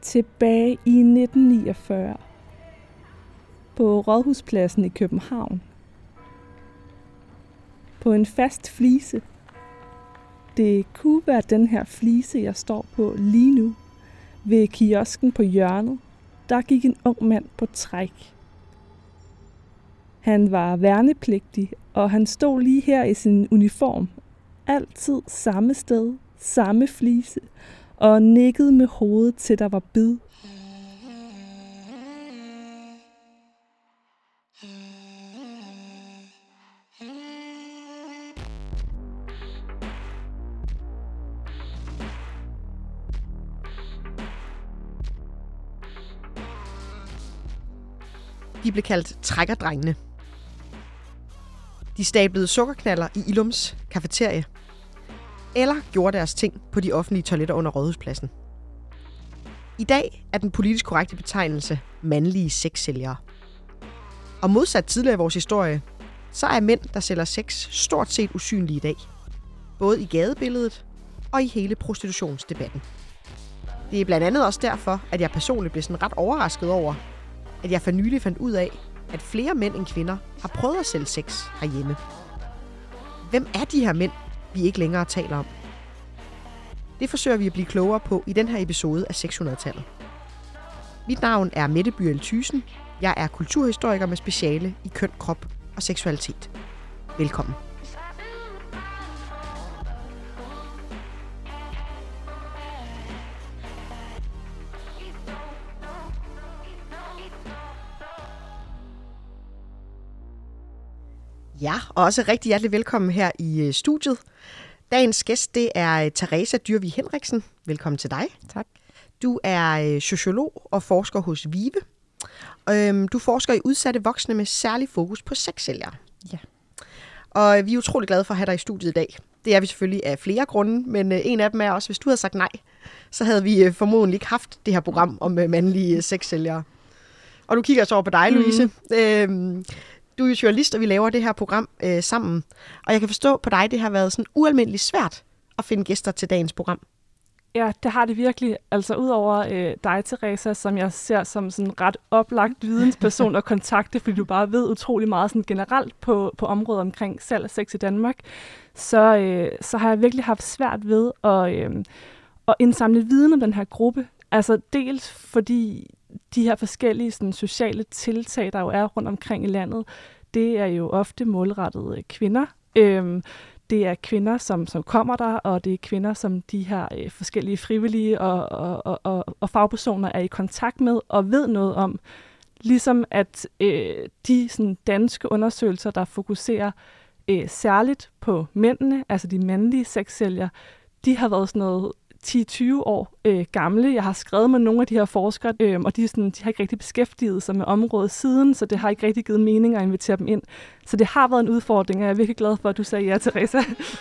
Tilbage i 1949 på Rådhuspladsen i København. På en fast flise. Det kunne være den her flise, jeg står på lige nu. Ved kiosken på hjørnet, der gik en ung mand på træk. Han var værnepligtig, og han stod lige her i sin uniform. Altid samme sted, samme flise, og nikkede med hovedet til der var bid. De blev kaldt trækkerdrengene. De stablede sukkerknaller i Illums kafeterie, eller gjorde deres ting på de offentlige toiletter under Rådhuspladsen. I dag er den politisk korrekte betegnelse mandlige sexsælgere. Og modsat tidligere i vores historie, så er mænd, der sælger sex, stort set usynlige i dag. Både i gadebilledet og i hele prostitutionsdebatten. Det er blandt andet også derfor, at jeg personligt blev sådan ret overrasket over, at jeg for nylig fandt ud af, at flere mænd end kvinder har prøvet at sælge sex herhjemme. Hvem er de her mænd, vi ikke længere taler om? Det forsøger vi at blive klogere på i den her episode af 600-tallet. Mit navn er Mette Byrel Thyssen. Jeg er kulturhistoriker med speciale i køn, krop og seksualitet. Velkommen. Ja, og også rigtig hjertelig velkommen her i studiet. Dagens gæst, det er Teresa Dyrvig Henriksen. Velkommen til dig. Tak. Du er sociolog og forsker hos VIVE. Du forsker i udsatte voksne med særlig fokus på sexsælgere. Ja. Og vi er utrolig glade for at have dig i studiet i dag. Det er vi selvfølgelig af flere grunde, men en af dem er også, hvis du havde sagt nej, så havde vi formodentlig ikke haft det her program om mandlige sexsælgere. Og nu kigger jeg så over på dig, Louise. Du er jo journalist, og vi laver det her program sammen. Og jeg kan forstå på dig, det har været sådan ualmindeligt svært at finde gæster til dagens program. Ja, det har det virkelig. Altså udover dig, Teresa, som jeg ser som sådan ret oplagt vidensperson at kontakte, fordi du bare ved utrolig meget sådan generelt på området omkring salg af sex i Danmark, så har jeg virkelig haft svært ved at indsamle viden om den her gruppe. Altså dels fordi de her forskellige sådan, sociale tiltag, der jo er rundt omkring i landet, det er jo ofte målrettet kvinder. Det er kvinder, som kommer der, og det er kvinder, som de her forskellige frivillige og fagpersoner er i kontakt med og ved noget om. Ligesom at de sådan, danske undersøgelser, der fokuserer særligt på mændene, altså de mandlige sexsælgere, de har været sådan noget 10-20 år gamle. Jeg har skrevet med nogle af de her forskere, og de har ikke rigtig beskæftiget sig med området siden, så det har ikke rigtig givet mening at invitere dem ind. Så det har været en udfordring, og jeg er virkelig glad for, at du sagde ja, Teresa.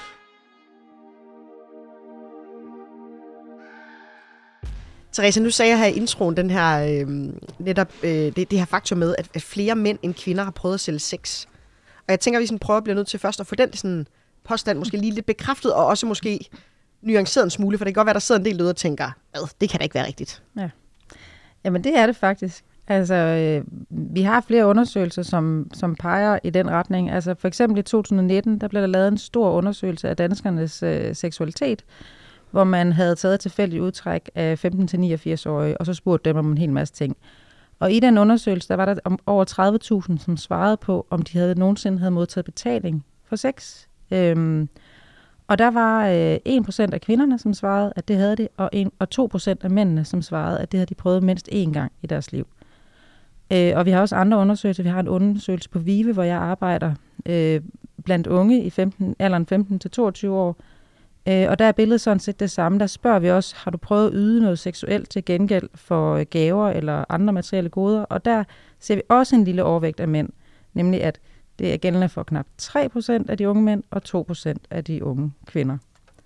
Teresa, nu sagde jeg her i introen den her, det her faktum med, at flere mænd end kvinder har prøvet at sælge sex. Og jeg tænker, at vi sådan prøver at blive nødt til først at få den sådan påstand måske lige lidt bekræftet, og også måske nuanceret en smule, for det kan godt være, der sidder en del derude og tænker, det kan da ikke være rigtigt. Ja. Jamen det er det faktisk. Altså, vi har flere undersøgelser, som peger i den retning. Altså for eksempel i 2019, der blev der lavet en stor undersøgelse af danskernes seksualitet, hvor man havde taget tilfældigt udtræk af 15-89-årige, og så spurgte dem om en hel masse ting. Og i den undersøgelse, der var der over 30.000, som svarede på, om de nogensinde havde modtaget betaling for sex. Og der var 1% af kvinderne, som svarede, at det havde de, og 2% af mændene, som svarede, at det havde de prøvet mindst én gang i deres liv. Og vi har også andre undersøgelser. Vi har en undersøgelse på VIVE, hvor jeg arbejder blandt unge i alderen 15-22 år. Og der er billedet sådan set det samme. Der spørger vi også, har du prøvet at yde noget seksuelt til gengæld for gaver eller andre materielle goder? Og der ser vi også en lille overvægt af mænd, nemlig at det er gældende for knap 3% af de unge mænd og 2% af de unge kvinder.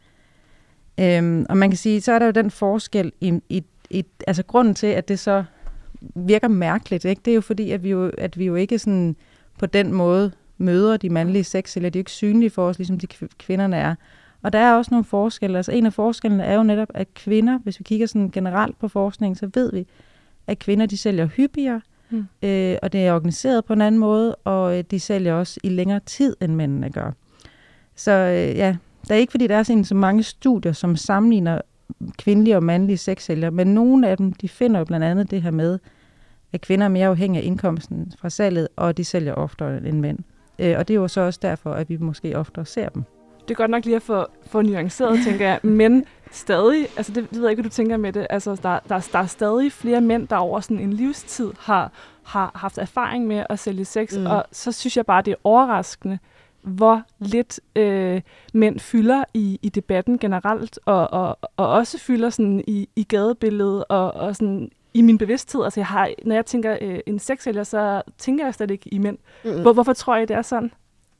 Og man kan sige, så er der jo den forskel altså grunden til, at det så virker mærkeligt, ikke? Det er jo fordi, at vi jo ikke sådan på den måde møder de mandlige sexsælgere. De er jo ikke synlige for os, ligesom de kvinderne er. Og der er også nogle forskelle. Altså en af forskellene er jo netop, at kvinder, hvis vi kigger sådan generelt på forskning, så ved vi, at kvinder de sælger hyppigere, og det er organiseret på en anden måde, og de sælger også i længere tid, end mændene gør. Så ja, der er ikke fordi, der er sådan så mange studier, som sammenligner kvindelige og mandlige sexsælgere, men nogle af dem, de finder jo blandt andet det her med, at kvinder er mere afhængige af indkomsten fra salget, og de sælger oftere end mænd. Og det er jo så også derfor, at vi måske oftere ser dem. Det er godt nok lige at få nuanceret, tænker jeg, men stadig, altså det ved jeg ikke, hvad du tænker med det, altså der er stadig flere mænd, der over sådan en livstid har haft erfaring med at sælge sex, og så synes jeg bare, det er overraskende, hvor lidt mænd fylder i debatten generelt, og også fylder sådan i gadebilledet, og sådan i min bevidsthed. Altså når jeg tænker en sexsælger, så tænker jeg slet ikke i mænd. Hvorfor tror jeg, det er sådan?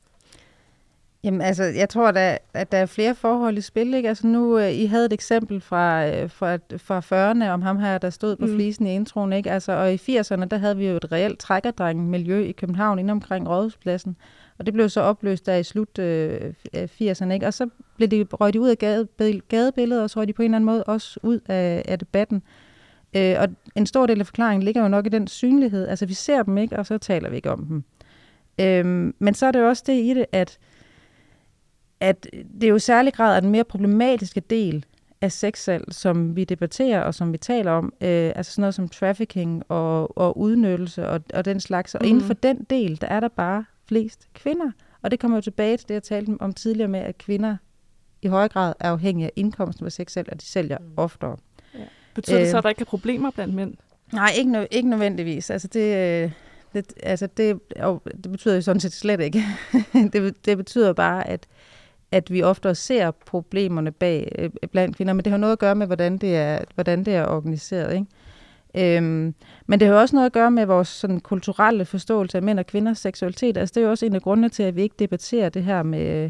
Jamen altså, jeg tror, at der er flere forhold i spil, ikke? Altså nu, I havde et eksempel fra 40'erne om ham her, der stod på flisen i introen, ikke? Altså, og i 80'erne, der havde vi jo et reelt trækkerdreng-miljø i København, inde omkring Rådhuspladsen. Og det blev så opløst der i slut 80'erne, ikke? Og så røg de ud af gadebilledet, og så røg de på en eller anden måde også ud af debatten. Og en stor del af forklaringen ligger jo nok i den synlighed. Altså, vi ser dem ikke, og så taler vi ikke om dem. Men så er det jo også det i det, at det er jo i særlig grad er den mere problematiske del af sexsalg, som vi debatterer og som vi taler om, altså sådan noget som trafficking og udnyttelse og den slags. Og inden for den del, der er der bare flest kvinder. Og det kommer jo tilbage til det, jeg talte om tidligere med, at kvinder i høj grad er afhængige af indkomsten ved sexsalg, og de sælger oftere. Ja. Betyder det så, at der ikke er problemer blandt mænd? Nej, ikke nødvendigvis. Altså det betyder jo sådan set slet ikke. det betyder bare, at vi ofte ser problemerne blandt kvinder, men det har noget at gøre med, hvordan det er organiseret, ikke? Men det har også noget at gøre med vores sådan, kulturelle forståelse af mænd og kvinders seksualitet. Altså, det er jo også en af grundene til, at vi ikke debatterer det her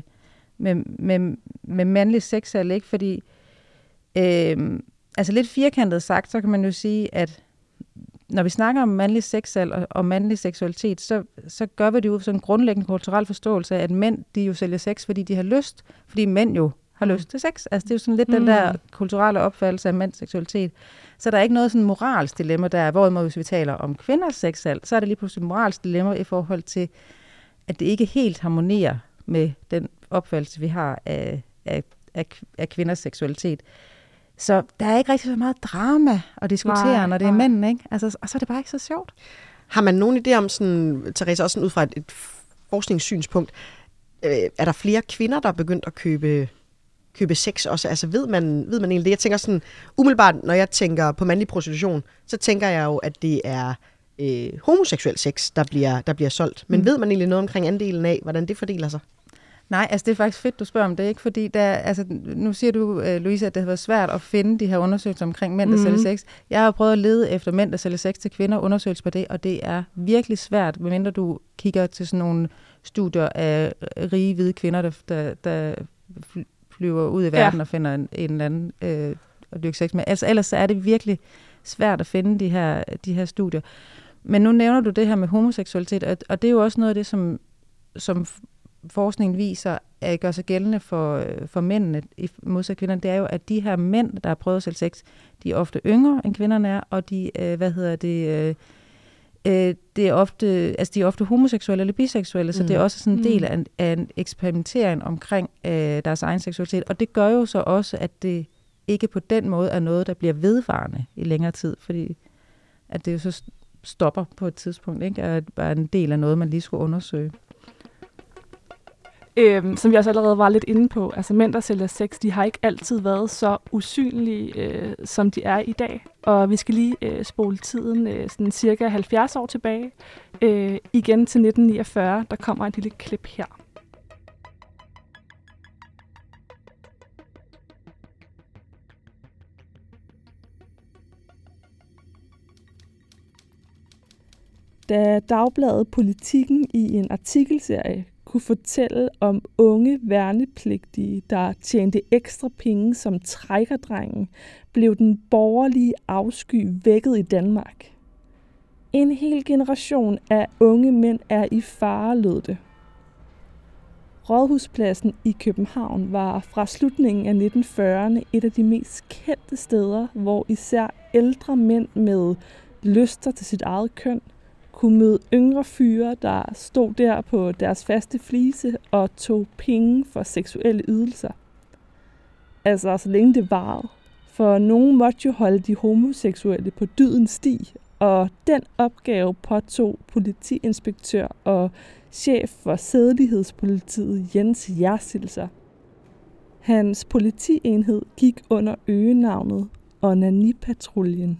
med mandlig sexsalg, ikke? Fordi altså lidt firkantet sagt, så kan man jo sige, at når vi snakker om mandlig sexsalg og mandlig seksualitet, så gør vi det ud fra sådan en grundlæggende kulturel forståelse af, at mænd, de jo sælger sex, fordi de har lyst, fordi mænd jo har lyst til sex. Altså det er jo sådan lidt den der kulturelle opfattelse af mænds seksualitet. Så der er ikke noget sådan moralsk dilemma der, hvorimod hvis vi taler om kvinders sexsalg, så er det lige pludselig et moralsk dilemma i forhold til, at det ikke helt harmonerer med den opfattelse, vi har af kvinders seksualitet. Så der er ikke rigtig så meget drama at diskutere, når det er mænd, ikke? Altså, og så er det bare ikke så sjovt. Har man nogen idé om, sådan, Therese, også sådan ud fra et forskningssynspunkt, er der flere kvinder, der er begyndt at købe sex også? Altså ved man egentlig det? Jeg tænker sådan, umiddelbart, når jeg tænker på mandlig prostitution, så tænker jeg jo, at det er homoseksuel sex, der bliver solgt. Men ved man egentlig noget omkring andelen af, hvordan det fordeler sig? Nej, altså det er faktisk fedt, du spørger om det, ikke? Fordi nu siger du, Louise, at det har været svært at finde de her undersøgelser omkring mænd, der sælger sex. Jeg har prøvet at lede efter mænd, der sælger sex til kvinder, undersøgelser på det, og det er virkelig svært, medmindre du kigger til sådan nogle studier af rige, hvide kvinder, der flyver ud i verden og finder en eller anden at dyrke sex med. Altså ellers så er det virkelig svært at finde de her studier. Men nu nævner du det her med homoseksualitet, og det er jo også noget af det, som forskningen viser, at gør sig gældende for mændene i modsat kvinderne, det er jo, at de her mænd, der har prøvet at sælge sex, de er ofte yngre, end kvinderne er, og de er ofte homoseksuelle eller biseksuelle, så det er også sådan en del af en eksperimentering omkring deres egen seksualitet, og det gør jo så også, at det ikke på den måde er noget, der bliver vedvarende i længere tid, fordi at det jo så stopper på et tidspunkt, ikke? At bare en del af noget, man lige skulle undersøge. Som vi også allerede var lidt inde på, altså mænd, der sælger sex, de har ikke altid været så usynlige, som de er i dag. Og vi skal lige spole tiden sådan cirka 70 år tilbage, igen til 1949. Der kommer et lille klip her. Da dagbladet Politikken i en artikelserie kunne fortælle om unge værnepligtige, der tjente ekstra penge som trækkerdrengen, blev den borgerlige afsky vækket i Danmark. En hel generation af unge mænd er i fare, lød det. Rådhuspladsen i København var fra slutningen af 1940'erne et af de mest kendte steder, hvor især ældre mænd med lyster til sit eget køn kunne møde yngre fyre, der stod der på deres faste flise og tog penge for seksuelle ydelser. Altså så længe det varede. For nogen måtte jo holde de homoseksuelle på dydens sti, og den opgave påtog politiinspektør og chef for sædelighedspolitiet Jens Jersilser. Hans politienhed gik under øgenavnet Onani-patruljen.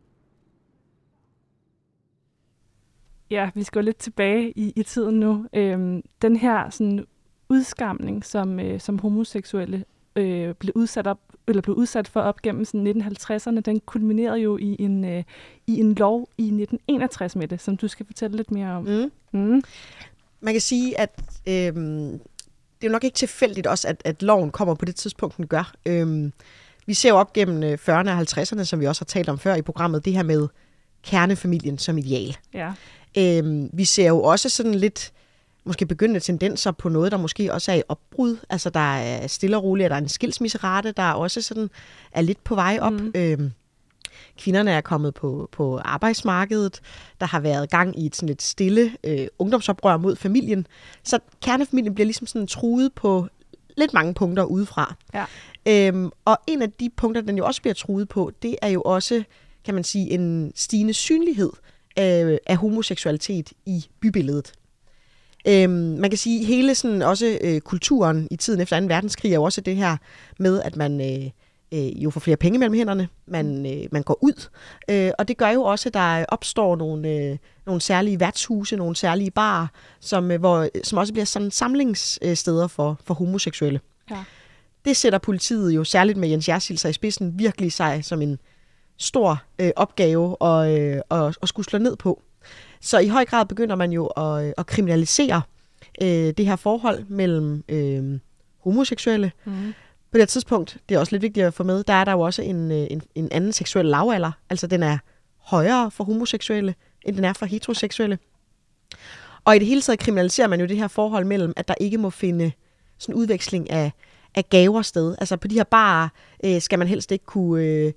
Ja, vi skal jo lidt tilbage i tiden nu. Den her sådan, udskamning, som homoseksuelle blev udsat for op gennem 1950'erne, den kulminerede jo i en lov i 1961 med det, som du skal fortælle lidt mere om. Man kan sige, at det er jo nok ikke tilfældigt også, at loven kommer på det tidspunkt, den gør. Vi ser jo op gennem 40'erne og 50'erne, som vi også har talt om før i programmet, det her med kernefamilien som ideal. Ja. Vi ser jo også sådan lidt måske begyndende tendenser på noget, der måske også er i opbrud. Altså der er stille og roligt, der er en skilsmisserate, der også sådan er lidt på vej op. Kvinderne er kommet på arbejdsmarkedet. Der har været gang i et sådan et stille ungdomsoprør mod familien. Så kernefamilien bliver ligesom sådan truet på lidt mange punkter udefra. Ja. Og en af de punkter, den jo også bliver truet på, det er jo også, kan man sige, en stigende synlighed af homoseksualitet i bybilledet. Man kan sige, hele sådan også kulturen i tiden efter 2. verdenskrig er jo også det her med, at man jo får flere penge mellem hænderne, man går ud, og det gør jo også, at der opstår nogle særlige værtshuse, nogle særlige barer, som også bliver sådan samlingssteder for homoseksuelle. Ja. Det sætter politiet jo særligt med Jens Jersilser i spidsen virkelig sig som en stor opgave at skulle slå ned på. Så i høj grad begynder man jo at kriminalisere det her forhold mellem homoseksuelle. På det tidspunkt, det er også lidt vigtigt at få med, der er der jo også en anden seksuel lavalder. Altså den er højere for homoseksuelle, end den er for heteroseksuelle. Og i det hele taget kriminaliserer man jo det her forhold mellem, at der ikke må finde sådan udveksling af gaver sted. Altså på de her barer skal man helst ikke kunne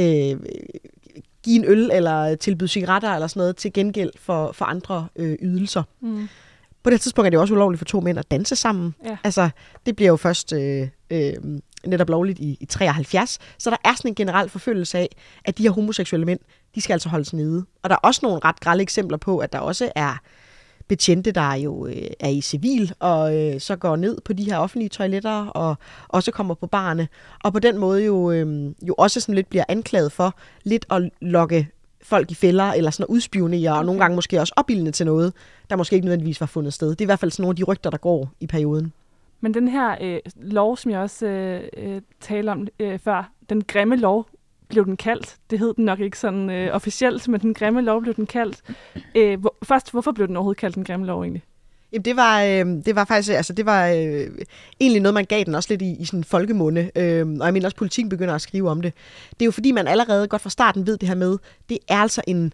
give en øl eller tilbyde cigaretter eller sådan noget til gengæld for andre ydelser. På det tidspunkt er det også ulovligt for 2 mænd at danse sammen. Ja. Altså, det bliver jo først netop lovligt i 73. Så der er sådan en generel forfølgelse af, at de her homoseksuelle mænd, de skal altså holdes nede. Og der er også nogle ret grelle eksempler på, at der også er betjente, der jo er i civil, og så går ned på de her offentlige toiletter, og også kommer på barne. Og på den måde jo også sådan lidt bliver anklaget for lidt at lokke folk i fælder, eller sådan at udspionere, og nogle gange måske også opildne til noget, der måske ikke nødvendigvis var fundet sted. Det er i hvert fald sådan nogle af de rygter, der går i perioden. Men den her lov, som jeg også talte om før, den grimme lov, blev den kaldt. Det hed den nok ikke sådan officielt, men den grimme lov blev den kaldt. Først, hvorfor blev den overhovedet kaldt den grimme lov egentlig? Jamen, det var faktisk, altså det var egentlig noget, man gav den også lidt i sådan en folkemunde, og jeg mener også, politikken begynder at skrive om det. Det er jo fordi, man allerede godt fra starten ved det her med, det er altså en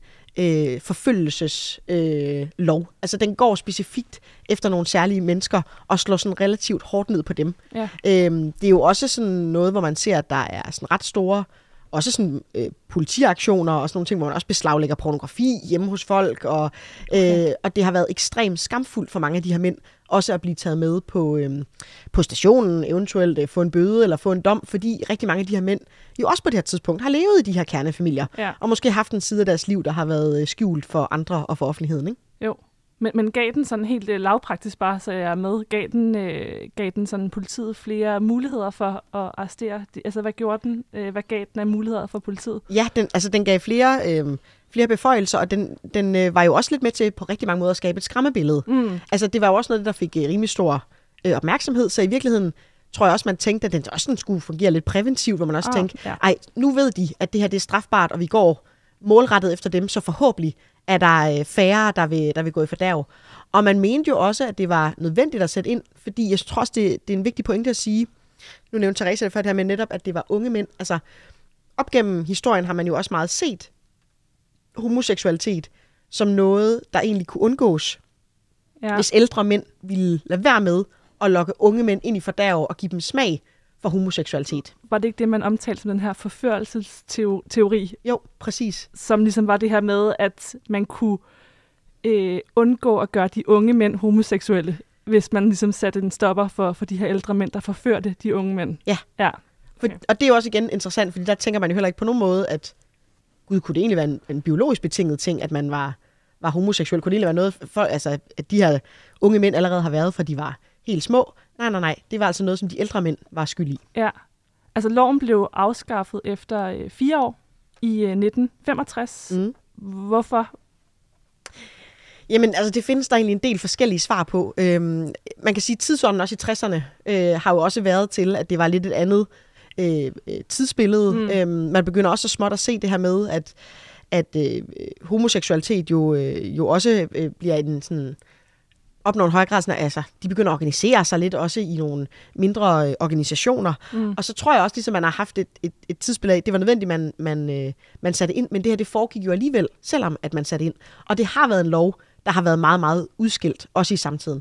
forfølgelseslov. Altså den går specifikt efter nogle særlige mennesker og slår sådan relativt hårdt ned på dem. Ja. Det er jo også sådan noget, hvor man ser, at der er sådan ret store også sådan politiaktioner og sådan nogle ting, hvor man også beslaglægger pornografi hjemme hos folk, og det har været ekstremt skamfuldt for mange af de her mænd, også at blive taget med på stationen, eventuelt få en bøde eller få en dom, fordi rigtig mange af de her mænd jo også på det her tidspunkt har levet i de her kernefamilier, og måske haft en side af deres liv, der har været skjult for andre og for offentligheden, ikke? Jo. Men gav den sådan helt lavpraktisk bare, så jeg er med, gav den sådan politiet flere muligheder for at arrestere? Altså, hvad gjorde den? Hvad gav den af muligheder for politiet? Ja, den gav flere beføjelser, og den var jo også lidt med til på rigtig mange måder at skabe et skræmmebillede. Altså, det var jo også noget, der fik rimelig stor opmærksomhed, så i virkeligheden tror jeg også, man tænkte, at den også skulle fungere lidt præventivt, hvor man også tænkte, nu ved de, at det her det er strafbart, og vi går målrettet efter dem, så forhåbentlig er der færre, der vil gå i fordærv. Og man mente jo også, at det var nødvendigt at sætte ind, fordi jeg tror også, det er en vigtig pointe at sige. Nu nævnte Therese det før, det her med netop, at det var unge mænd. Altså, op gennem historien har man jo også meget set homoseksualitet som noget, der egentlig kunne undgås, hvis ældre mænd ville lade være med at lokke unge mænd ind i fordærv og give dem smag for homoseksualitet. Var det ikke det, man omtalte som den her forførelsesteori? Jo, præcis. Som ligesom var det her med, at man kunne undgå at gøre de unge mænd homoseksuelle, hvis man ligesom satte en stopper for de her ældre mænd, der forførte de unge mænd. Ja. Okay. Og det er jo også igen interessant, fordi der tænker man jo heller ikke på nogen måde, at gud, kunne det egentlig være en biologisk betinget ting, at man var homoseksuel? Kunne det egentlig være noget for, altså, at de her unge mænd allerede har været, for de var helt små? Nej. Det var altså noget, som de ældre mænd var skyld i. Ja. Altså, loven blev afskaffet efter 4 år i 1965. Hvorfor? Jamen, altså, det findes der egentlig en del forskellige svar på. Man kan sige, at tidsånden også i 60'erne har jo også været til, at det var lidt et andet tidsbillede. Man begynder også så småt at se det her med, at homoseksualitet jo også bliver en sådan opnår en højere grad, sådan, altså, de begynder at organisere sig lidt også i nogle mindre organisationer. Og så tror jeg også, ligesom man har haft et tidsbillede af, det var nødvendigt, man satte ind, men det her, det foregik jo alligevel, selvom at man satte ind. Og det har været en lov, der har været meget, meget udskilt, også i samtiden.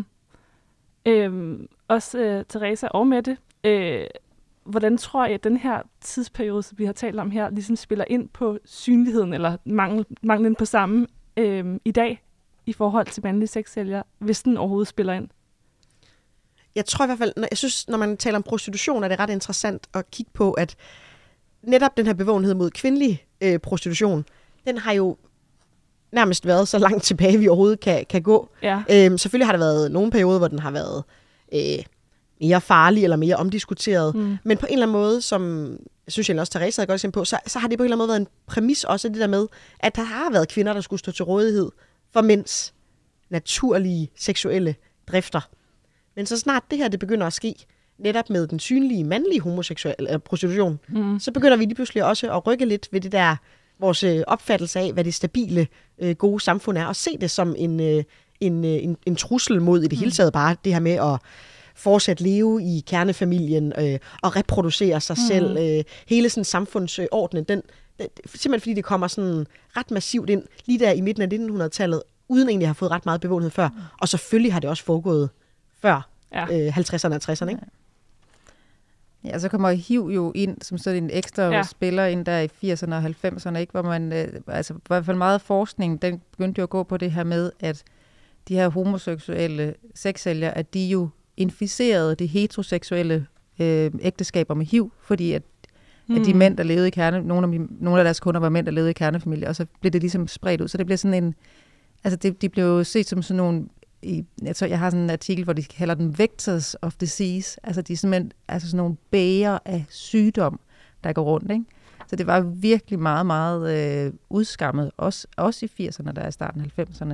Også Teresa og Mette, hvordan tror jeg, at den her tidsperiode, som vi har talt om her, ligesom spiller ind på synligheden, eller manglen på samme i dag, i forhold til mandlige sexsælgere, hvis den overhovedet spiller ind? Jeg tror i hvert fald, jeg synes, når man taler om prostitution, er det ret interessant at kigge på, at netop den her bevågenhed mod kvindelig prostitution, den har jo nærmest været så langt tilbage, vi overhovedet kan gå. Ja. Selvfølgelig har der været nogle perioder, hvor den har været mere farlig eller mere omdiskuteret, men på en eller anden måde, som jeg synes også, Teresa havde godt eksempel på, så har det på en eller anden måde været en præmis også, det der med, at der har været kvinder, der skulle stå til rådighed for mænds naturlige seksuelle drifter. Men så snart det her det begynder at ske, netop med den synlige mandlige homoseksuelle prostitution, så begynder vi lige pludselig også at rykke lidt ved det der, vores opfattelse af, hvad det stabile, gode samfund er, og se det som en trussel mod i det hele taget bare det her med at fortsat leve i kernefamilien og reproducere sig selv. Hele sådan samfundsordnen, den simpelthen fordi det kommer sådan ret massivt ind, lige der i midten af 1900-tallet, uden egentlig at have fået ret meget bevågenhed før. Og selvfølgelig har det også foregået før 50'erne og 60'erne, ikke? Ja, så kommer HIV jo ind som sådan en ekstra spiller ind der i 80'erne og 90'erne, ikke? Hvor man, altså i hvert fald meget forskning, den begyndte jo at gå på det her med, at de her homoseksuelle sexsælgere, at de jo inficerede de heteroseksuelle ægteskaber med HIV, fordi at de mænd, der levede i nogle af deres kunder var mænd, der levede i kernefamilie, og så blev det ligesom spredt ud. Så det bliver sådan en, altså de blev set som sådan nogle, jeg har sådan en artikel, hvor de kalder dem vectors of disease, altså de er simpelthen sådan nogle bæger af sygdom, der går rundt, ikke? Så det var virkelig meget, meget udskammet, også i 80'erne, der er i starten af 90'erne.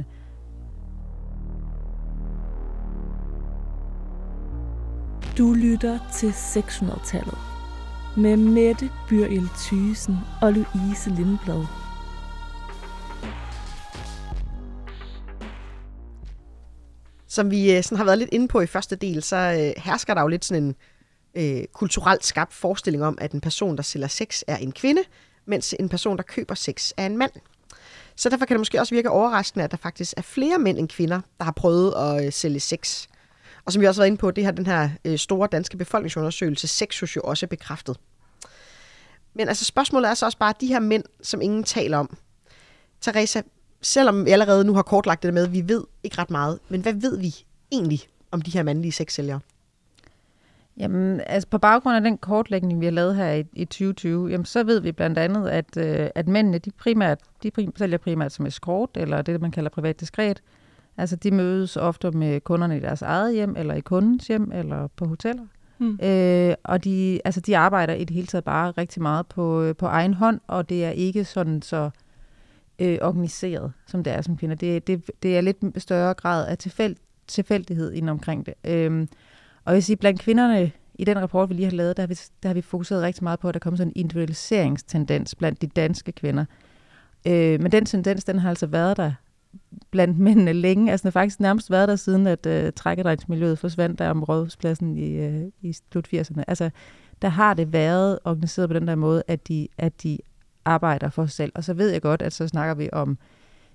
Du lytter til 600-tallet med Mette Byril Thyssen og Louise Lindblad. Som vi sådan har været lidt inde på i første del, så hersker der jo lidt sådan en kulturelt skabt forestilling om, at en person, der sælger sex, er en kvinde, mens en person, der køber sex, er en mand. Så derfor kan det måske også virke overraskende, at der faktisk er flere mænd end kvinder, der har prøvet at sælge sex. Og som vi også har været inde på, det har den her store danske befolkningsundersøgelse Sexus jo også bekræftet. Men altså spørgsmålet er så også bare, de her mænd, som ingen taler om. Teresa, selvom vi allerede nu har kortlagt det med, vi ved ikke ret meget, men hvad ved vi egentlig om de her mandlige sexsælgere? Jamen, altså på baggrund af den kortlægning, vi har lavet her i 2020, jamen, så ved vi blandt andet, at mændene, de sælger primært som escort, eller det, man kalder privat diskret. Altså, de mødes ofte med kunderne i deres eget hjem, eller i kundens hjem, eller på hoteller. Og de arbejder i det hele taget bare rigtig meget på egen hånd, og det er ikke sådan så organiseret, som det er som kvinder. Det er lidt større grad af tilfældighed inden omkring det. Og jeg vil sige, blandt kvinderne i den rapport, vi lige har lavet, der har vi fokuseret rigtig meget på, at der kommer sådan en individualiseringstendens blandt de danske kvinder. Men den tendens, den har altså været der blandt mændene længe. Altså den har faktisk nærmest været der siden, at trækkerdrejningsmiljøet forsvandt der om Rådhuspladsen i slut 80'erne. Altså der har det været organiseret på den der måde, at de arbejder for sig selv. Og så ved jeg godt, at så snakker vi om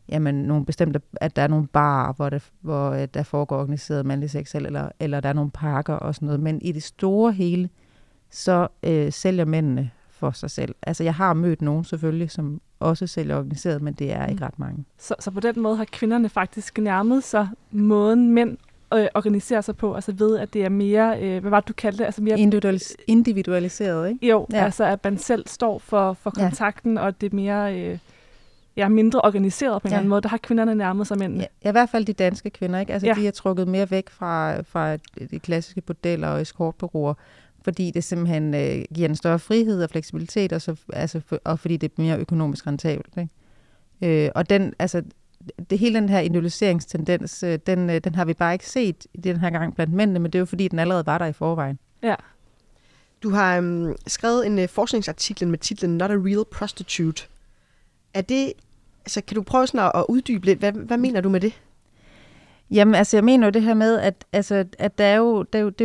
jamen, nogle bestemte, at der er nogle barer, hvor der foregår organiseret mandlig sex, eller der er nogle parker og sådan noget. Men i det store hele, så sælger mændene for sig selv. Altså, jeg har mødt nogen selvfølgelig, som også sælger organiseret, men det er ikke ret mange. Så på den måde har kvinderne faktisk nærmet sig måden mænd organiserer sig på, altså ved, at det er mere, hvad var det, du kaldte det? Altså mere individualiseret, ikke? Jo, ja. Altså at man selv står for kontakten, og det er mere mindre organiseret på en eller anden måde. Der har kvinderne nærmet sig mændene. Ja, i hvert fald de danske kvinder, ikke? Altså de er trukket mere væk fra de klassiske bordeller og escortbureauer, fordi det simpelthen giver en større frihed og fleksibilitet, og fordi det er mere økonomisk rentabelt, ikke? Og hele den her individualiseringstendens, den har vi bare ikke set den her gang blandt mændene, men det er jo fordi, den allerede var der i forvejen. Ja. Du har skrevet en forskningsartikel med titlen Not a Real Prostitute. Er det, altså kan du prøve sådan at uddybe lidt, hvad mener du med det? Jamen, altså jeg mener jo det her med, at der er jo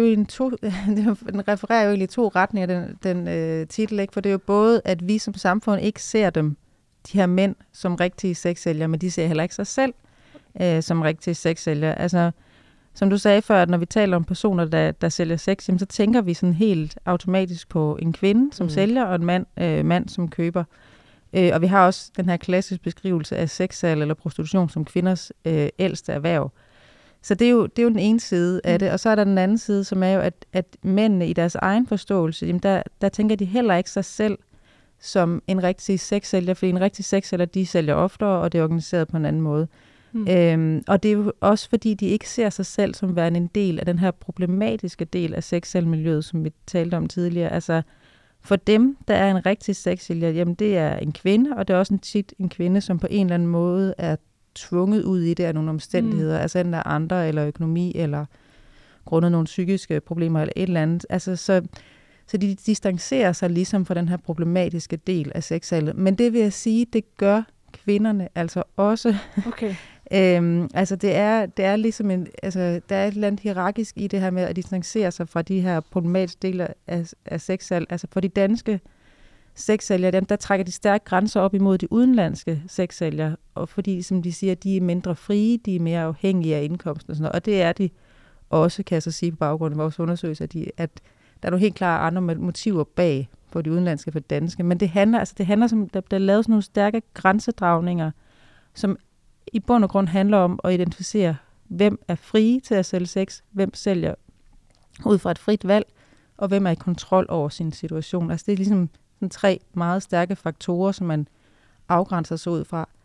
den refererer jo egentlig i to retninger, den titel, ikke? For det er jo både, at vi som samfund ikke ser dem, de her mænd, som rigtige sexsælgere, men de ser heller ikke sig selv som rigtige sexsælgere. Altså, som du sagde før, at når vi taler om personer, der sælger sex, jamen, så tænker vi sådan helt automatisk på en kvinde, som sælger, og en mand, som køber. Og vi har også den her klassiske beskrivelse af sexsalg eller prostitution som kvinders ældste erhverv. Så det er jo den ene side af det. Og så er der den anden side, som er jo, at mændene i deres egen forståelse, jamen der tænker de heller ikke sig selv som en rigtig sexsælger, fordi en rigtig sexsælger, de sælger oftere, og det er organiseret på en anden måde. Og det er jo også fordi, de ikke ser sig selv som værende en del af den her problematiske del af sexsælgermiljøet, som vi talte om tidligere. Altså for dem, der er en rigtig sexsælger, jamen det er en kvinde, og det er også tit en kvinde, som på en eller anden måde er tvunget ud i det af nogle omstændigheder, altså enten af andre, eller økonomi, eller grundet nogle psykiske problemer, eller et eller andet. Altså så de distancerer sig ligesom fra den her problematiske del af sexsalget. Men det vil jeg sige, det gør kvinderne altså også. Okay. Altså det er ligesom der er et eller andet hierarkisk i det her med at distancere sig fra de her problematiske dele af sexsalg. Altså for de danske sexsælgere, der trækker de stærke grænser op imod de udenlandske sexsælgere, og fordi, som de siger, de er mindre frie, de er mere afhængige af indkomsten og sådan noget. Og det er de også, kan jeg så sige på baggrund af vores undersøgelser, at der er nogle helt klare andre motiver bag for de udenlandske og for de danske. Men det handler som, der bliver lavet sådan nogle stærke grænsedragninger, som i bund og grund handler om at identificere, hvem er frie til at sælge sex, hvem sælger ud fra et frit valg, og hvem er i kontrol over sin situation. Altså det er ligesom sådan 3 meget stærke faktorer, som man afgrænser sig ud fra.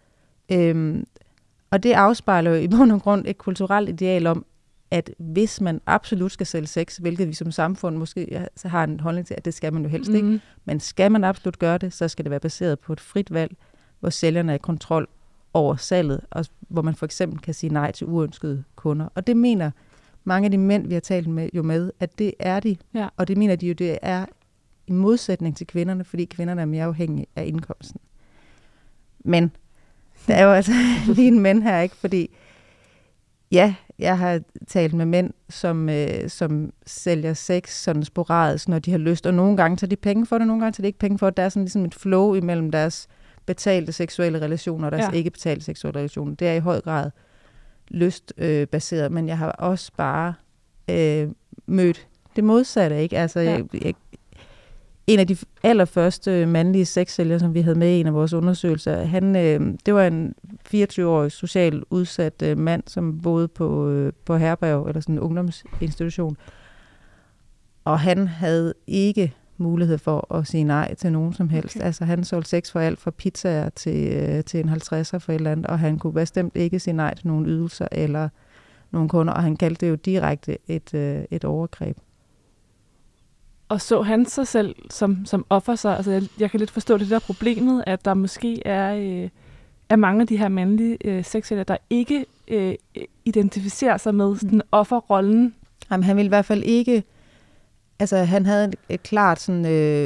Og det afspejler jo i bund og grund et kulturelt ideal om, at hvis man absolut skal sælge sex, hvilket vi som samfund måske har en holdning til, at det skal man jo helst ikke, men skal man absolut gøre det, så skal det være baseret på et frit valg, hvor sælgerne er i kontrol over salget, og hvor man for eksempel kan sige nej til uønskede kunder. Og det mener mange af de mænd, vi har talt med, at det er de. Ja. Og det mener de jo, det er i modsætning til kvinderne, fordi kvinderne er mere afhængige af indkomsten. Men der er jo altså lige en mænd her, ikke? Fordi ja, jeg har talt med mænd, som sælger sex sådan sporadisk, når de har lyst, og nogle gange tager de penge for det, nogle gange tager de ikke penge for det. Der er sådan ligesom et flow imellem deres betalte seksuelle relationer og deres ikke betalte seksuelle relationer. Det er i høj grad lystbaseret, men jeg har også bare mødt det modsatte, ikke? Altså, en af de allerførste mandlige sexsælgere, som vi havde med i en af vores undersøgelser, det var en 24-årig socialt udsat mand, som boede på herberg, eller sådan en ungdomsinstitution. Og han havde ikke mulighed for at sige nej til nogen som helst. Okay. Altså han solgte sex for alt fra pizzaer til en 50'er for et eller andet, og han kunne bestemt ikke sige nej til nogen ydelser eller nogle kunder, og han kaldte det jo direkte et overgreb. Og så han sig selv som offer så? Altså jeg kan lidt forstå det der problemet, at der måske er mange af de her mandlige sexsælgere, der ikke identificerer sig med sådan offerrollen. Jamen, han ville i hvert fald ikke. Altså han havde et klart sådan,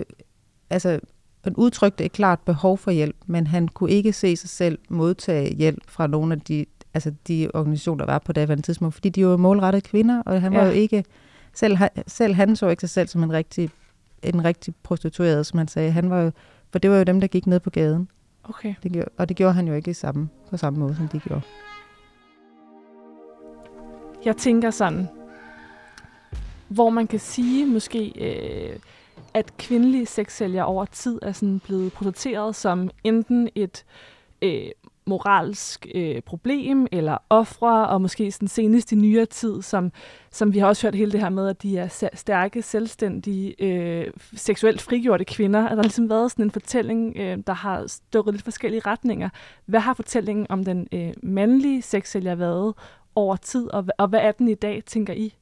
han udtrykte et klart behov for hjælp, men han kunne ikke se sig selv modtage hjælp fra nogle af de organisationer, der var på daværende tidspunkt, fordi de var målrettede kvinder, og han var jo ikke. Selv han så ikke sig selv som en rigtig prostitueret, som han sagde. For det var jo dem, der gik ned på gaden. Okay. Det gjorde han jo ikke på samme måde, som de gjorde. Jeg tænker sådan, hvor man kan sige måske, at kvindelige sexsælgere over tid er sådan blevet portrætteret som enten et moralsk problem eller ofre, og måske sådan senest i nyere tid, som vi har også hørt hele det her med, at de er stærke, selvstændige, seksuelt frigjorte kvinder. At der har ligesom været sådan en fortælling, der har stukket lidt forskellige retninger. Hvad har fortællingen om den mandlige sexsælger været over tid, og hvad er den i dag, tænker I?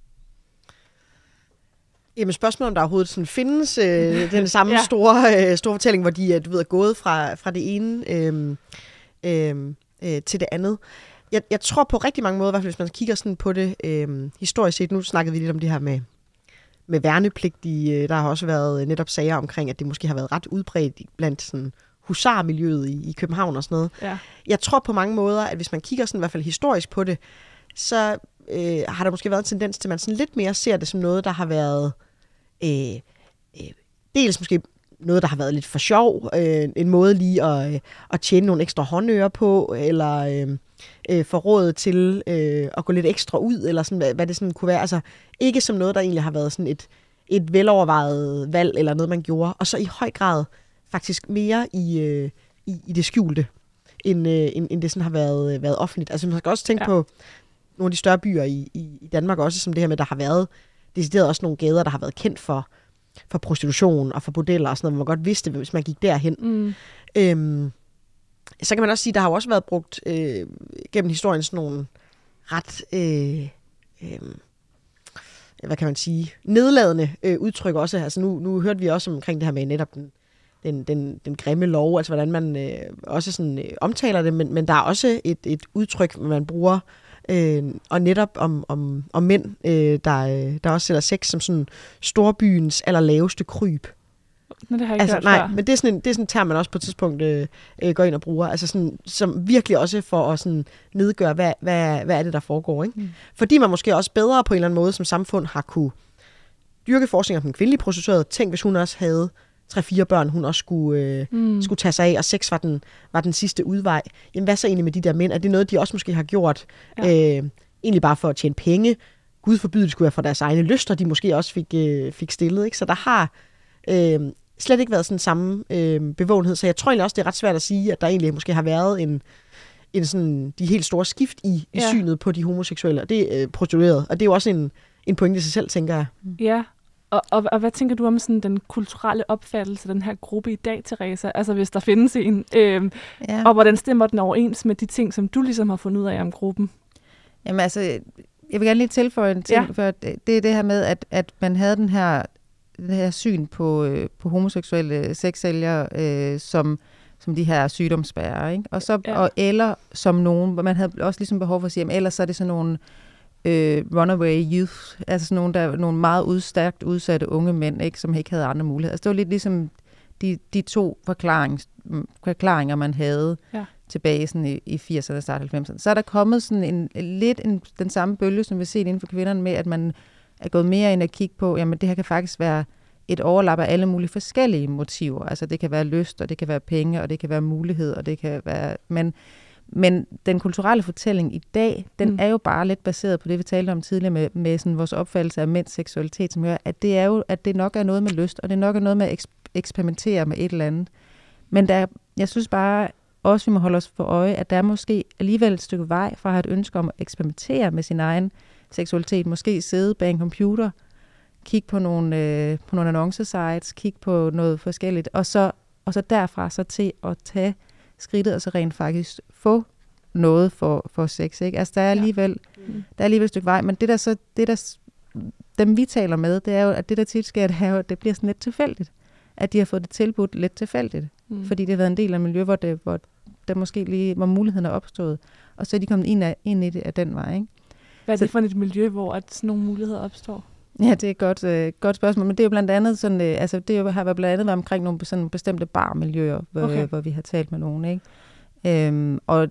Jamen spørgsmålet om der overhovedet sådan findes den samme store fortælling, hvor de er gået fra det ene til det andet. Jeg tror på rigtig mange måder, i hvert fald hvis man kigger sådan på det historisk set. Nu snakkede vi lidt om det her med værnepligtige. Der har også været netop sager omkring, at det måske har været ret udbredt blandt sådan husarmiljøet i København og sådan noget. Ja. Jeg tror på mange måder, at hvis man kigger sådan i hvert fald historisk på det, så har der måske været en tendens til, at man sådan lidt mere ser det som noget, der har været dels måske noget, der har været lidt for sjov, en måde lige at tjene nogle ekstra håndører på, eller få råd til at gå lidt ekstra ud, eller sådan, hvad det sådan kunne være. Altså ikke som noget, der egentlig har været sådan et velovervejet valg, eller noget, man gjorde. Og så i høj grad faktisk mere i det skjulte, end det sådan har været offentligt. Altså man skal også tænke på nogle af de større byer i Danmark også, som det her med, der har været decideret også nogle gader, der har været kendt for prostitution og for bordeller og sådan noget, hvor man godt vidste, hvis man gik derhen. Så kan man også sige, der har jo også været brugt gennem historien sådan nogle ret, hvad kan man sige, nedladende udtryk også. Altså nu hørte vi også omkring det her med netop den grimme lov, altså hvordan man også sådan omtaler det, men der er også et udtryk, man bruger og netop om mænd, der også sætter sex som sådan storbyens allerlaveste kryb. Men det har jeg ikke hørt før. Men det er sådan en term, man også på et tidspunkt går ind og bruger, altså sådan, som virkelig også for at sådan nedgøre, hvad er det, der foregår. Ikke? Fordi man måske også bedre på en eller anden måde som samfund har kunne dyrke forskning om den kvindelige prostituerede. Tænk, hvis hun også havde 3-4 børn, hun også skulle tage sig af, og sex var den sidste udvej. Jamen, hvad så egentlig med de der mænd? Er det noget, de også måske har gjort egentlig bare for at tjene penge? Gud forbyde, det skulle være for deres egne lyster, de måske også fik stillet. Ikke? Så der har slet ikke været sådan samme bevågenhed. Så jeg tror egentlig også, det er ret svært at sige, at der egentlig måske har været en sådan, de helt store skift i synet på de homoseksuelle, og det er prostituerede. Og det er jo også en pointe i sig selv, tænker jeg. Ja. Og hvad tænker du om sådan den kulturelle opfattelse af den her gruppe i dag, Teresa? Altså hvis der findes en, og hvordan stemmer den overens med de ting, som du ligesom har fundet ud af om gruppen? Jamen altså, jeg vil gerne lige tilføje en ting, for det er det her med, at man havde det her syn på homoseksuelle sexsælgere som de her sygdomsbærere, ikke? Og så eller som nogen, man havde også ligesom behov for at sige, jamen, ellers så er det sådan nogle runaway youth, altså sådan nogle meget stærkt udsatte unge mænd, ikke, som ikke havde andre muligheder. Altså det var lidt ligesom de to forklaringer, man havde tilbage sådan i 80'erne og start 90'erne. Så er der kommet sådan den samme bølge, som vi ser inden for kvinderne, med at man er gået mere ind og kigge på, jamen det her kan faktisk være et overlap af alle mulige forskellige motiver. Altså det kan være lyst, og det kan være penge, og det kan være mulighed, og det kan være... Men den kulturelle fortælling i dag, den er jo bare lidt baseret på det, vi talte om tidligere med sådan vores opfattelse af mænds seksualitet, som gør, at det er jo, at det nok er noget med lyst, og det nok er noget med at eksperimentere med et eller andet. Men jeg synes bare også, vi må holde os for øje, at der er måske alligevel et stykke vej fra at have et ønske om at eksperimentere med sin egen seksualitet. Måske sidde bag en computer, kigge på nogle annoncesites, kigge på noget forskelligt, og så derfra så til at tage skridtet og så rent faktisk få noget for sex, ikke? Altså der er alligevel et stykke vej, men dem vi taler med, det er jo, at det der tit sker, det er jo, at det bliver sådan lidt tilfældigt, at de har fået det tilbudt lidt tilfældigt, fordi det har været en del af miljø, hvor der måske lige var muligheden opstået, og så er de kommet ind i det af den vej, ikke? Hvad er det for et miljø, hvor at sådan nogle muligheder opstår? Ja, det er et godt spørgsmål, men det er jo blandt andet sådan, altså det har blandt andet været omkring nogle sådan bestemte barmiljøer, hvor vi har talt med nogen, ikke? Og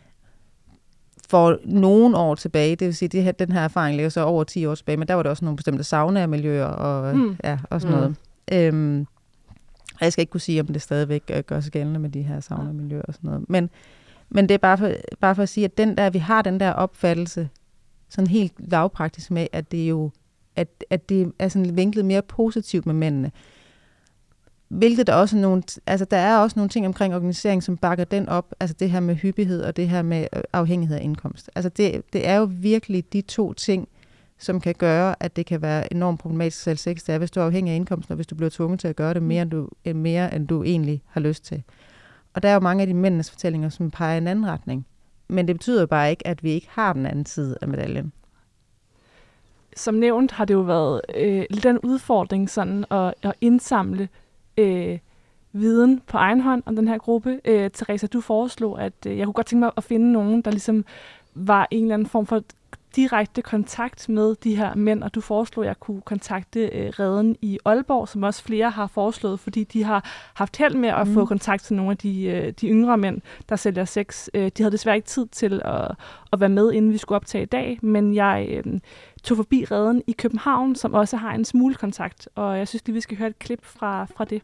for nogle år tilbage, det vil sige, den her erfaring ligger så over 10 år tilbage, men der var der også nogle bestemte sauna-miljøer og sådan noget. Og jeg skal ikke kunne sige, om det stadigvæk gør sig gældende med de her saunamiljøer og sådan noget. Men det er bare for at sige, at vi har den der opfattelse, sådan helt lavpraktisk med, at det jo at det er sådan vinklet mere positivt med mændene. Hvilket der også der er også nogle ting omkring organisering, som bakker den op. Altså det her med hyppighed og det her med afhængighed af indkomst. Altså det er jo virkelig de to ting, som kan gøre, at det kan være enormt problematisk selv sex. Det er, hvis du er afhængig af indkomsten, og hvis du bliver tvunget til at gøre det mere, end du egentlig har lyst til. Og der er jo mange af de mændenes fortællinger, som peger i en anden retning. Men det betyder jo bare ikke, at vi ikke har den anden side af medaljen. Som nævnt har det jo været lidt en udfordring sådan at indsamle viden på egen hånd om den her gruppe. Teresa, du foreslog, at jeg kunne godt tænke mig at finde nogen, der ligesom var en eller anden form for direkte kontakt med de her mænd, og du foreslog, at jeg kunne kontakte Reden i Aalborg, som også flere har foreslået, fordi de har haft held med at få kontakt til nogle af de yngre mænd, der sælger sex. De havde desværre ikke tid til at være med, inden vi skulle optage i dag, men jeg tog forbi Reden i København, som også har en smule kontakt, og jeg synes lige, vi skal høre et klip fra det.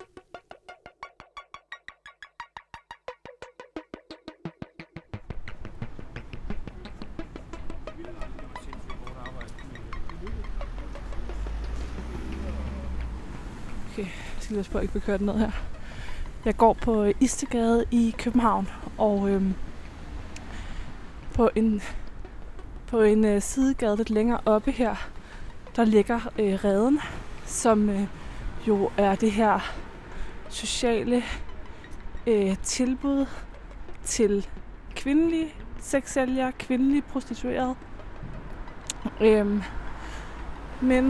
Okay, jeg skal lige på, at jeg ikke bliver kørt ned her. Jeg går på Istedgade i København, og på en sidegade lidt længere oppe her, der ligger Reden, som jo er det her sociale tilbud til kvindelige sexsælgere, kvindelige prostituerede. Men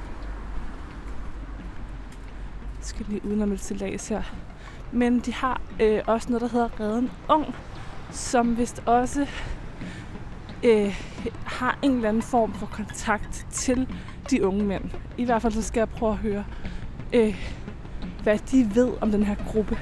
jeg skal lige udenom et stillads her. Men de har også noget, der hedder Reden Ung, som vist også har en eller anden form for kontakt til de unge mænd. I hvert fald så skal jeg prøve at høre, hvad de ved om den her gruppe.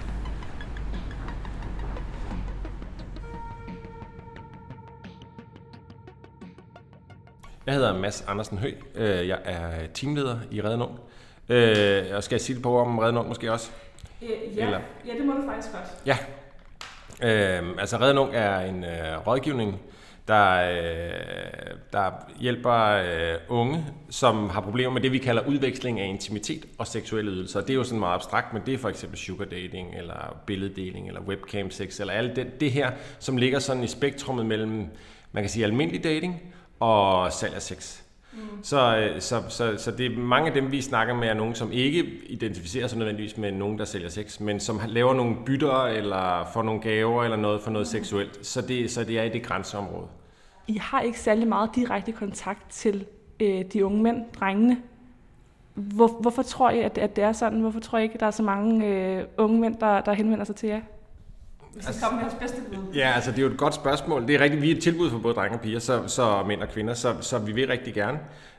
Jeg hedder Mads Andersen Høgh. Jeg er teamleder i Reden Ung. Og skal jeg sige det på om Reden Ung måske også? Ja, det må du faktisk godt. Ja. Altså Reden Ung er en rådgivning, der hjælper unge, som har problemer med det, vi kalder udveksling af intimitet og seksuelle ydelser. Det er jo sådan meget abstrakt, men det er for eksempel sugar dating, eller billeddeling, eller webcam sex, eller alt det her, som ligger sådan i spektrummet mellem, man kan sige, almindelig dating og salg af sex. Så det er mange af dem, vi snakker med, er nogen, som ikke identificerer sig nødvendigvis med nogen, der sælger sex, men som laver nogle bytter, eller får nogle gaver, eller noget for noget seksuelt. Så det er i det grænseområde. I har ikke særlig meget direkte kontakt til de unge mænd, drengene. Hvorfor tror I, at det er sådan? Hvorfor tror I ikke, at der er så mange unge mænd, der henvender sig til jer? Hvis det kommer med jeres bedste bud. Ja, altså det er jo et godt spørgsmål. Det er rigtigt, vi er et tilbud for både drenge og piger, så mænd og kvinder, så vi vil rigtig gerne.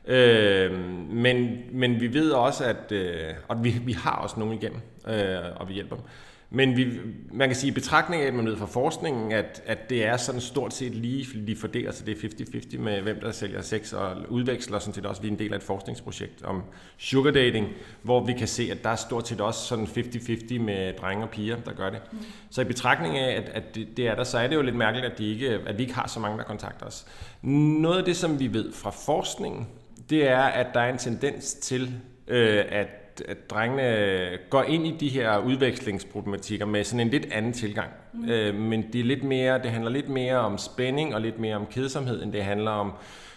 Men vi ved også, at vi har også nogen igennem, og vi hjælper dem. Men man kan sige i betragtning af, at man ved fra forskningen, at det er sådan stort set lige fordelt, altså det er 50-50 med hvem der sælger sex og udveksler, sådan set også vi er en del af et forskningsprojekt om sugar dating, hvor vi kan se, at der er stort set også sådan 50-50 med drenge og piger, der gør det. Så i betragtning af, at det er der, så er det jo lidt mærkeligt, at vi ikke har så mange, der kontakter os. Noget af det, som vi ved fra forskningen, det er, at der er en tendens til, at drengene går ind i de her udvekslingsproblematikker med sådan en lidt anden tilgang. Men det handler lidt mere om spænding og lidt mere om kedsomhed, end det handler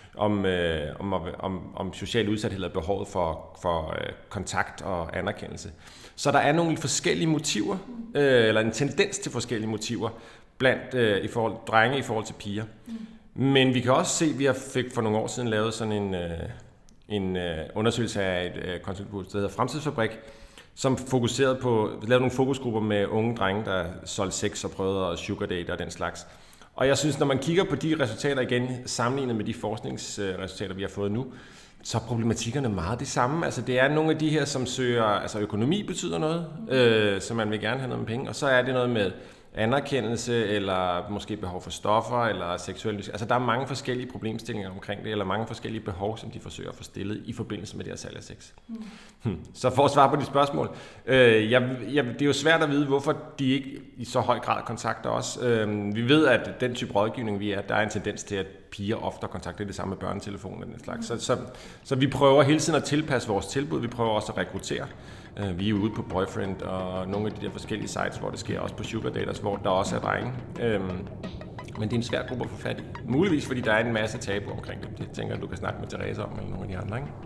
om social udsathed og behovet for kontakt og anerkendelse. Så der er nogle forskellige motiver, eller en tendens til forskellige motiver blandt drenge i forhold til piger. Men vi kan også se, at vi fik for nogle år siden lavet sådan en undersøgelse af et konsultbureau, der hedder Fremtidsfabrik, som fokuserede på, vi lavede nogle fokusgrupper med unge drenge, der solgte sex og prøvede og sugar date og den slags. Og jeg synes, når man kigger på de resultater igen, sammenlignet med de forskningsresultater, vi har fået nu, så er problematikkerne meget de samme. Altså det er nogle af de her, som søger, altså økonomi betyder noget, så man vil gerne have noget med penge, og så er det noget med anerkendelse, eller måske behov for stoffer, eller seksuel. Altså der er mange forskellige problemstillinger omkring det, eller mange forskellige behov, som de forsøger at få stillet i forbindelse med det her salg af sex. Så for at svare på de spørgsmål, det er jo svært at vide, hvorfor de ikke i så høj grad kontakter os. Vi ved, at den type rådgivning, der er en tendens til, at piger ofte kontakter det samme med børnetelefonen og den slags. Så vi prøver hele tiden at tilpasse vores tilbud. Vi prøver også at rekruttere. Vi er ude på Boyfriend og nogle af de der forskellige sites, hvor det sker, også på Sugar Daters, hvor der også er drenge. Men det er en svær gruppe at få fat i. Muligvis, fordi der er en masse tabu omkring dem. Det tænker jeg, du kan snakke med Therese om, eller nogle af de andre, ikke?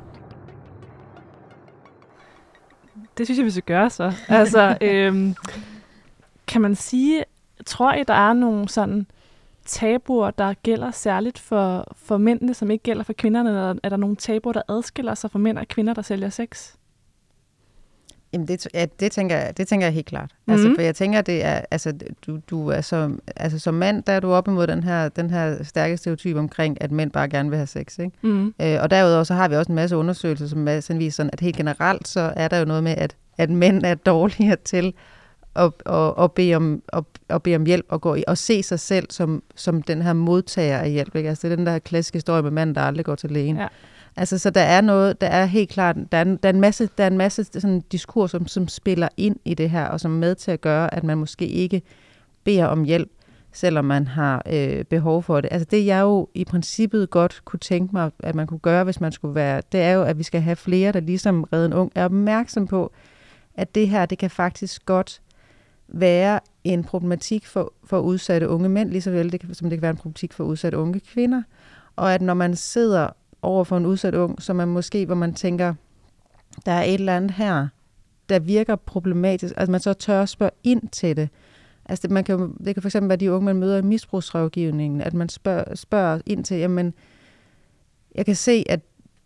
Det synes jeg, vi skal gøre så. Altså, kan man sige, tror I, der er nogle sådan tabuer, der gælder særligt for mændene, som ikke gælder for kvinderne? Eller er der nogle tabuer, der adskiller sig for mænd og kvinder, der sælger sex? Jamen det tænker jeg helt klart. Altså, for jeg tænker, det er, altså, du er som mand, der er du op imod den her stærke stereotyp omkring, at mænd bare gerne vil have sex, ikke? Og derudover så har vi også en masse undersøgelser, som viser sådan, at helt generelt, så er der jo noget med, at mænd er dårligere til at bede om hjælp og gå og se sig selv som den her modtager af hjælp, ikke? Altså det er den der klassiske historie med manden, der aldrig går til lægen. Ja. Altså, så der er helt klart, der er en masse sådan diskurs, som spiller ind i det her, og som er med til at gøre, at man måske ikke beder om hjælp, selvom man har behov for det. Altså, det jeg jo i princippet godt kunne tænke mig, at man kunne gøre, hvis man skulle være, det er jo, at vi skal have flere, der ligesom Redden Ung er opmærksom på, at det her, det kan faktisk godt være en problematik for udsatte unge mænd, lige så vel som det kan være en problematik for udsatte unge kvinder. Og at når man sidder over for en udsat ung, så man måske, hvor man tænker, der er et eller andet her, der virker problematisk, altså man så tør at spørge ind til det. Altså det kan for eksempel være de unge, man møder i misbrugsrådgivningen, at man spørger ind til, jamen, jeg kan se, at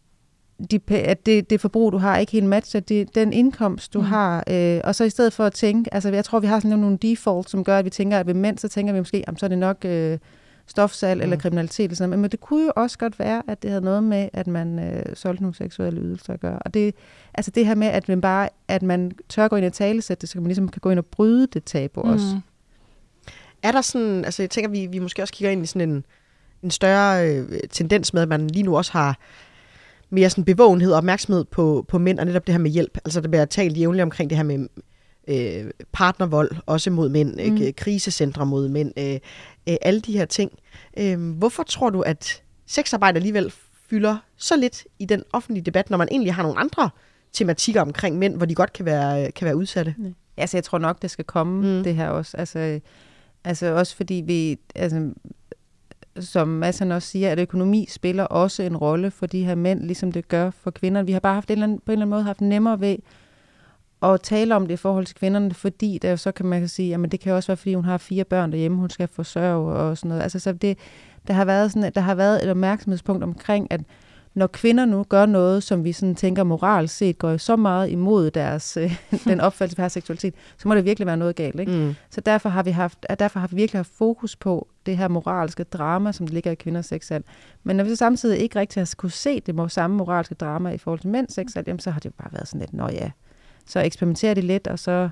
det forbrug, du har, ikke helt matcher den indkomst, du har. Og så i stedet for at tænke, altså jeg tror, vi har sådan nogle default, som gør, at vi tænker, at ved mænd, så tænker vi måske, så er det nok stofsalg eller kriminalitet. Eller sådan. Men det kunne jo også godt være, at det havde noget med, at man solgte nogle seksuelle ydelser at gøre. Og det her med, at man tør gå ind og talesætte det, så man ligesom kan gå ind og bryde det tabu også. Er der sådan, altså jeg tænker, vi måske også kigger ind i sådan en større tendens med, at man lige nu også har mere sådan bevågenhed og opmærksomhed på mænd, og netop det her med hjælp. Altså der bliver talt jævnligt omkring det her med partnervold, også mod mænd, krisecentre mod mænd, alle de her ting. Hvorfor tror du, at sexarbejde alligevel fylder så lidt i den offentlige debat, når man egentlig har nogle andre tematikker omkring mænd, hvor de godt kan være udsatte? Altså jeg tror nok, det skal komme, det her også. Altså også fordi vi, altså, som Madsen også siger, at økonomi spiller også en rolle for de her mænd, ligesom det gør for kvinder. Vi har bare på en eller anden måde haft nemmere ved at tale om det i forhold til kvinderne, fordi der så kan man sige, jamen det kan også være, fordi hun har 4 børn derhjemme, hun skal forsørge og sådan noget. Altså så der har været et opmærksomhedspunkt omkring, at når kvinder nu gør noget, som vi sådan tænker moralsk set går så meget imod deres den opfattelse af seksualitet, så må det virkelig være noget galt, ikke? Så derfor har vi virkelig haft fokus på det her moralske drama, som ligger i kvinders sexsalg. Men når vi så samtidig ikke rigtig har kunne se det samme moralske drama i forhold til mænds sexsalg, jamen så har det jo bare været sådan lidt, så eksperimenterer de lidt, og så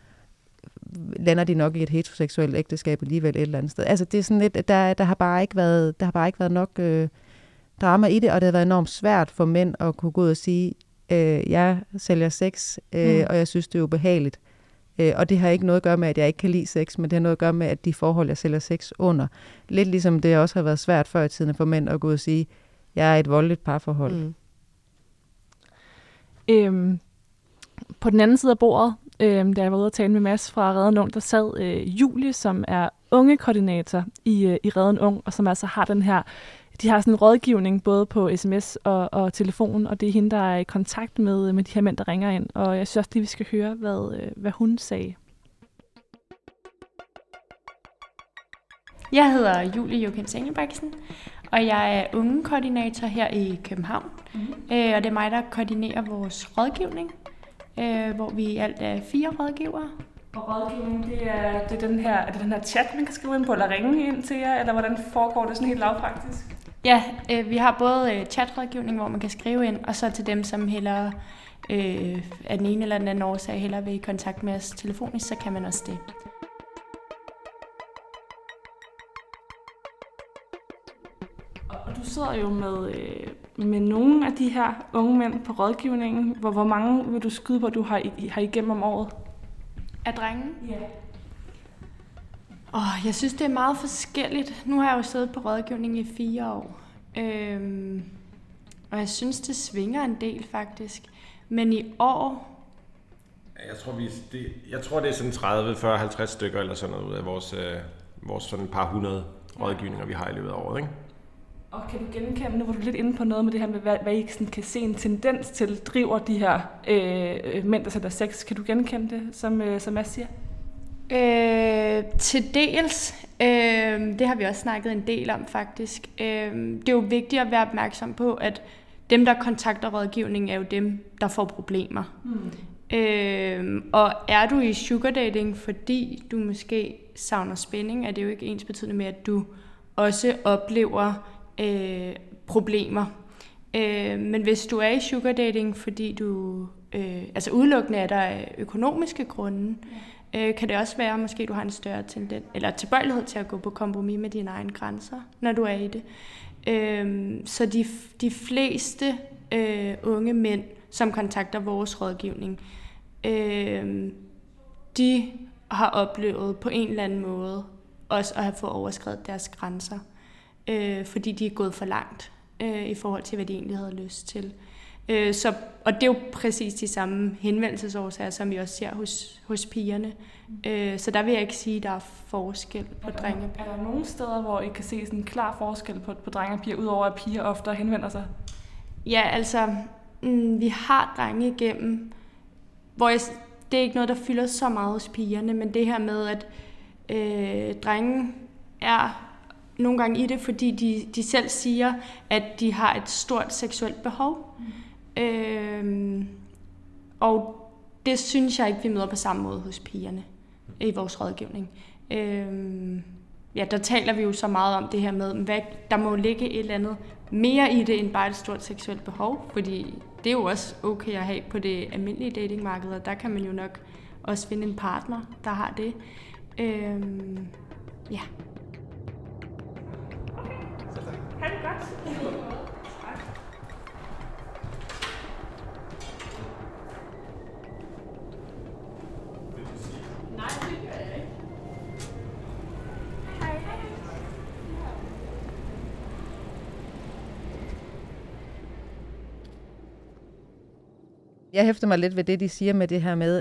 lander de nok i et heteroseksuelt ægteskab alligevel et eller andet sted. Altså det er sådan lidt, der har bare ikke været nok drama i det, og det har været enormt svært for mænd at kunne gå ud og sige, jeg sælger sex, og jeg synes, det er ubehageligt. Og det har ikke noget at gøre med, at jeg ikke kan lide sex, men det har noget at gøre med, at de forhold, jeg sælger sex under. Lidt ligesom det også har været svært før i tiden for mænd at gå ud og sige, jeg er et voldeligt parforhold. På den anden side af bordet, da jeg var ude at tale med Mads fra Redden Ung, der sad Julie, som er ungekoordinator i Redden Ung, og som altså har den her, de har sådan en rådgivning både på sms og telefon, og det er hende, der er i kontakt med de her mænd, der ringer ind. Og jeg synes også lige, vi skal høre, hvad hun sagde. Jeg hedder Julie Jokims Engelbrechtsen, og jeg er ungekoordinator her i København. Og det er mig, der koordinerer vores rådgivning, hvor vi alt er 4 rådgivere. Og rådgivning, det er den her chat, man kan skrive ind på, eller ringe ind til jer, eller hvordan foregår det sådan helt lavpraktisk? Ja, vi har både chatrådgivning, hvor man kan skrive ind, og så til dem, som hellere af den ene eller den anden årsag hellere vil i kontakt med os telefonisk, så kan man også det. sidder jo med nogle af de her unge mænd på rådgivningen. Hvor mange vil du skyde på, du har igennem om året? Af drenge? Ja. Jeg synes, det er meget forskelligt. Nu har jeg jo siddet på rådgivning i 4 år. Og jeg synes, det svinger en del faktisk. Men i år... Jeg tror, det er sådan 30, 40, 50 stykker eller sådan noget ud af vores sådan et par 100 rådgivninger, vi har i løbet af året, ikke? Og kan du genkende, nu var du lidt inde på noget med det her med, hvad I sådan kan se en tendens til, driver de her mænd, der sætter sex. Kan du genkende det, som Mads siger? Til dels. Det har vi også snakket en del om, faktisk. Det er jo vigtigt at være opmærksom på, at dem, der kontakter rådgivning, er jo dem, der får problemer. Og er du i sugar dating, fordi du måske savner spænding, er det jo ikke ensbetydende med, at du også oplever problemer. Men hvis du er i sugar dating, fordi du udelukkende er der af økonomiske grunde, kan det også være, måske du har en større tendens, eller tilbøjelighed til at gå på kompromis med dine egne grænser, når du er i det. Så de fleste unge mænd, som kontakter vores rådgivning, de har oplevet på en eller anden måde også at have fået overskredet deres grænser, fordi de er gået for langt i forhold til, hvad de egentlig havde lyst til. Og det er jo præcis de samme henvendelsesårsager, som vi også ser hos pigerne. Så der vil jeg ikke sige, at der er forskel på drenge og piger. Er der nogle steder, hvor I kan se sådan en klar forskel på drenge og piger, udover at piger ofte henvender sig? Ja, altså, vi har drenge igennem, hvor det er ikke noget, der fylder så meget hos pigerne, men det her med, at drenge er nogle gange i det, fordi de selv siger, at de har et stort seksuelt behov. Og det synes jeg ikke, vi møder på samme måde hos pigerne i vores rådgivning. Der taler vi jo så meget om det her med, der må ligge et eller andet mere i det, end bare et stort seksuelt behov, fordi det er jo også okay at have på det almindelige datingmarked, og der kan man jo nok også finde en partner, der har det. Ja. Ha' det godt. Nej, det gør jeg ikke. Hej. Jeg hæfter mig lidt ved det, de siger med det her med,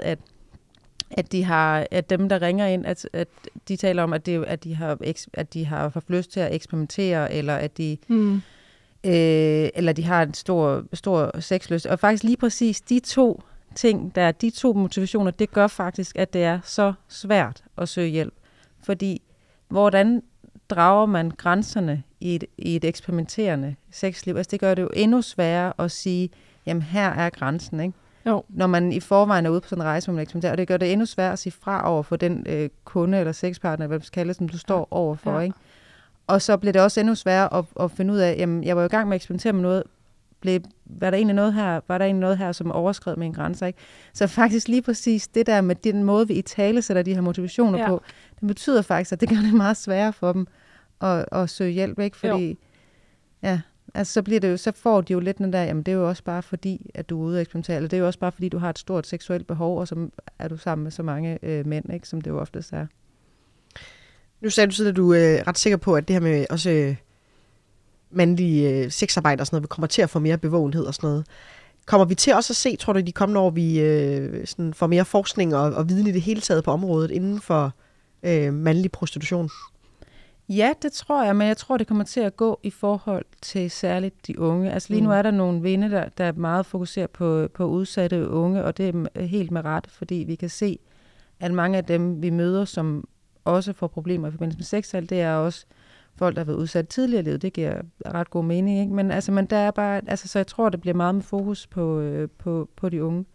at dem, der ringer ind, at de taler om, at de har haft lyst til at eksperimentere, eller at de eller de har en stor sexlyst. Og faktisk lige præcis de to ting, de to motivationer, det gør faktisk, at det er så svært at søge hjælp. Fordi hvordan drager man grænserne i et eksperimenterende sexliv? Altså det gør det jo endnu sværere at sige, jamen her er grænsen, ikke? Jo. Når man i forvejen er ude på sådan en rejse, hvor man eksperimenterer, og det gør det endnu sværere at sige fra over for den kunde eller sexpartner, hvad man skal kalde det, som du står overfor, ikke? Og så bliver det også endnu sværere at finde ud af, jamen jeg var jo i gang med at eksperimentere med noget, var der egentlig noget her, som overskred med en grænse, ikke? Så faktisk lige præcis det der med den måde, vi i tale sætter de her motivationer på, det betyder faktisk, at det gør det meget sværere for dem at søge hjælp, ikke? Fordi, altså så får de jo lidt den der, jamen det er jo også bare fordi, at du er ude at eksperimentere, eller det er jo også bare fordi, du har et stort seksuelt behov, og så er du sammen med så mange mænd, ikke? Som det jo oftest er. Nu sagde du sådan, at du er ret sikker på, at det her med også mandlige sexarbejder og sådan noget, vi kommer til at få mere bevågenhed og sådan noget. Kommer vi til også at se, tror du, de kommende år, vi sådan får mere forskning og viden i det hele taget på området inden for mandlig prostitution? Ja, det tror jeg, men jeg tror, det kommer til at gå i forhold til særligt de unge. Altså lige nu er der nogle vinde, der meget fokuserer på udsatte unge, og det er helt med ret, fordi vi kan se, at mange af dem, vi møder, som også får problemer i forbindelse med sexsalg, det er også folk, der har været udsat tidligere i livet. Det giver ret god mening, ikke? Men der er bare, altså, så jeg tror, det bliver meget med fokus på de unge.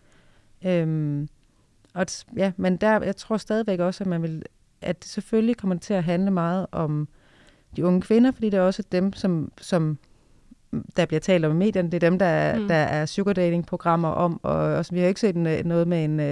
Men jeg tror stadigvæk også, at det selvfølgelig kommer til at handle meget om de unge kvinder, fordi det er også dem, som der bliver talt om i medierne. Det er dem, der er sugar dating programmer om, og vi har ikke set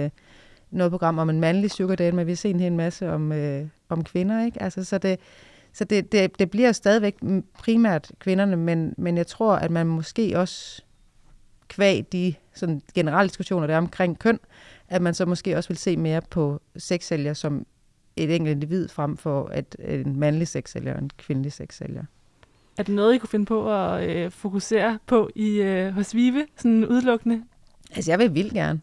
noget program om en mandlig sugar date, men vi har set en hel masse om kvinder, ikke? Altså, så Så det bliver stadigvæk primært kvinderne, men jeg tror, at man måske også kvæg de sådan generelle diskussioner, der er omkring køn, at man så måske også vil se mere på sexsælger som et enkelt individ, frem for en mandlig sexsælger og en kvindelig sexsælger. Er det noget, I kunne finde på at fokusere på hos Vive, sådan udelukkende? Altså, jeg vil vildt gerne.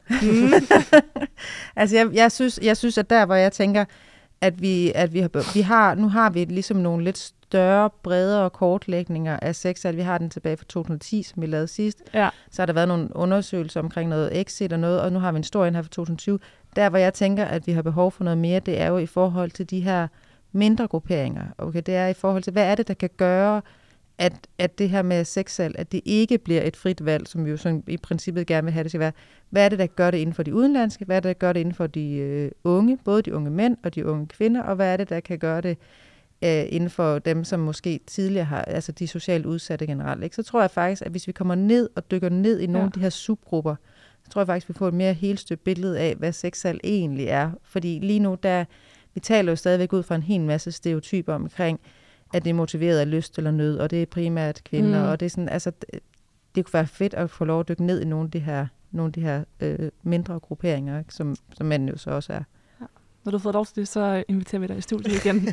Altså, jeg synes, at der, hvor jeg tænker, at vi har, nu har vi ligesom nogle lidt større, bredere kortlægninger af sexsalg. Vi har den tilbage fra 2010, som vi lavede sidst. Ja. Så har der været nogle undersøgelser omkring noget exit og noget, og nu har vi en stor her fra 2020. Der, hvor jeg tænker, at vi har behov for noget mere, det er jo i forhold til de her mindre grupperinger. Okay, det er i forhold til, hvad er det, der kan gøre, at det her med sexsalg, at det ikke bliver et frit valg, som vi jo sådan i princippet gerne vil have det skal være. Hvad er det, der gør det inden for de udenlandske? Hvad er det, der gør det inden for de unge, både de unge mænd og de unge kvinder? Og hvad er det, der kan gøre det inden for dem, som måske tidligere har, altså de socialt udsatte generelt? Ikke? Så tror jeg faktisk, at hvis vi kommer ned og dykker ned i nogle af de her subgrupper, så tror jeg faktisk, at vi får et mere helstøbt billede af, hvad sexsalg egentlig er. Fordi lige nu, vi taler jo stadigvæk ud fra en hel masse stereotyper omkring, at det er motiveret af lyst eller nød, og det er primært kvinder, og det er sådan, altså, det kunne være fedt at få lov at dykke ned i nogle af de her mindre grupperinger, ikke? Som mænd jo så også er. Ja. Når du har fået lov til det, så inviterer vi dig i studiet igen.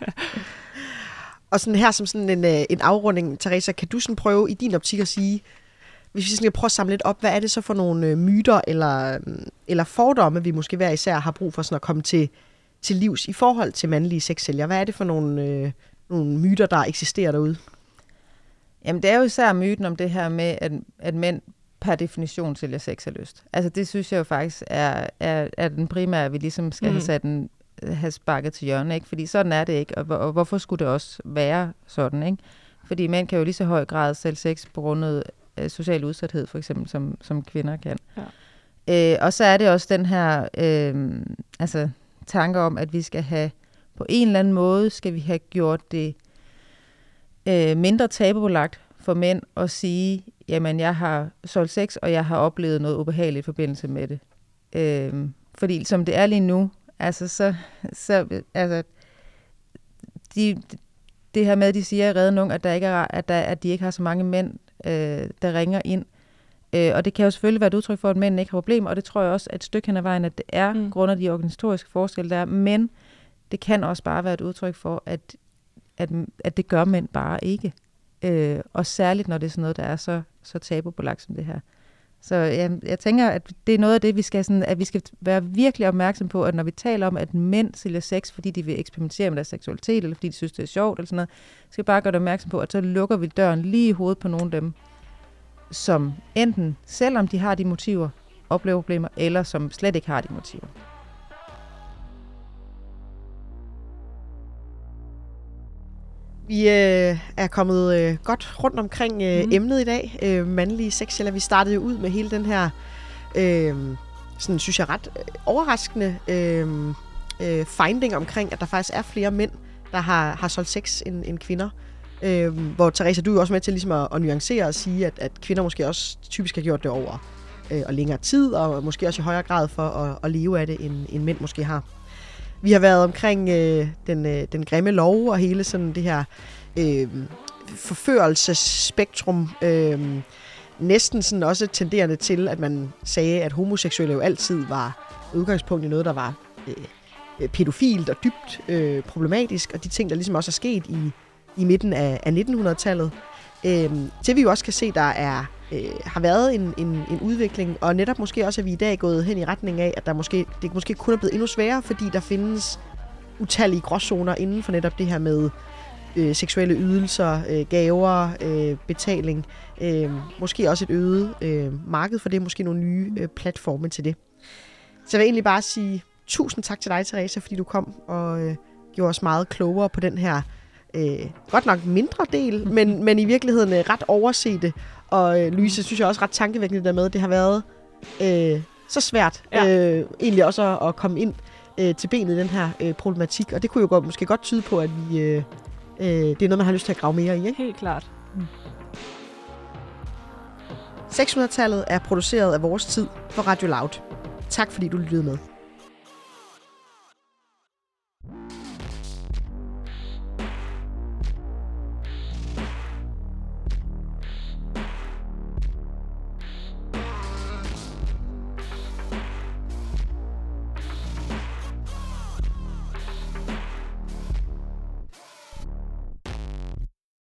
Og sådan her som sådan en afrunding, Teresa, kan du sådan prøve i din optik at sige, hvis vi sådan skal prøve at samle lidt op, hvad er det så for nogle myter eller fordomme, vi måske hver især har brug for sådan at komme til livs i forhold til mandlige sexsælgere? Hvad er det for nogle myter, der eksisterer derude? Jamen, det er jo især myten om det her med, at mænd per definition sælger sex og lyst. Altså, det synes jeg jo faktisk er den primære, vi ligesom skal have sparket til hjørne, ikke? Fordi sådan er det ikke, og hvorfor skulle det også være sådan, ikke? Fordi mænd kan jo lige så høj grad sælge sex på grund af social udsathed, for eksempel, som kvinder kan. Ja. Og så er det også den her tanker om, at vi skal have på en eller anden måde, skal vi have gjort det mindre tabubelagt for mænd at sige, jamen jeg har solgt sex, og jeg har oplevet noget ubehageligt i forbindelse med det. Fordi som det er lige nu, altså det her med, at de siger redde nogen, at at de ikke har så mange mænd, der ringer ind. Og det kan jo selvfølgelig være et udtryk for, at mænd ikke har problemer, og det tror jeg også, at et stykke hen ad vejen, at det er grund af de organisatoriske forskelle, der er. Men det kan også bare være et udtryk for, at det gør mænd bare ikke. Og særligt, når det er sådan noget, der er så tabubelagt som det her. Så jeg tænker, at det er noget af det, vi skal være virkelig opmærksom på, at når vi taler om, at mænd sælger sex, fordi de vil eksperimentere med deres seksualitet, eller fordi de synes, det er sjovt, eller sådan noget, skal vi bare gøre det opmærksom på, at så lukker vi døren lige i hovedet på nogle af dem, som enten, selvom de har de motiver, oplever problemer, eller som slet ikke har de motiver. Vi er kommet godt rundt omkring emnet i dag, mandlige sexsælgere. Vi startede jo ud med hele den her, sådan synes jeg ret overraskende finding omkring, at der faktisk er flere mænd, der har solgt sex end kvinder. Hvor Teresa, du er jo også med til ligesom at nuancere og sige, at kvinder måske også typisk har gjort det over og længere tid, og måske også i højere grad for at leve af det, end mænd måske har. Vi har været omkring den grimme lov og hele sådan det her forførelsesspektrum. Næsten sådan også tenderende til, at man sagde, at homoseksuelle jo altid var udgangspunkt i noget, der var pædofilt og dybt problematisk, og de ting, der ligesom også er sket i midten af 1900-tallet. Til vi jo også kan se, der har været en udvikling, og netop måske også, at vi i dag er gået hen i retning af, at det måske kun er blevet endnu sværere, fordi der findes utallige gråzoner inden for netop det her med seksuelle ydelser, gaver, betaling. Måske også et øget marked for det, måske nogle nye platforme til det. Så jeg vil egentlig bare sige tusind tak til dig, Teresa, fordi du kom og gjorde os meget klogere på den her godt nok mindre del, men i virkeligheden ret oversete. Og Louise, synes jeg også ret tankevækkende der med, det har været så svært egentlig også at komme ind til benet i den her problematik. Og det kunne jo måske godt tyde på, at det er noget, man har lyst til at grave mere i, ikke? Helt klart. 600-tallet er produceret af Vores Tid for Radio Loud. Tak fordi du lyttede med.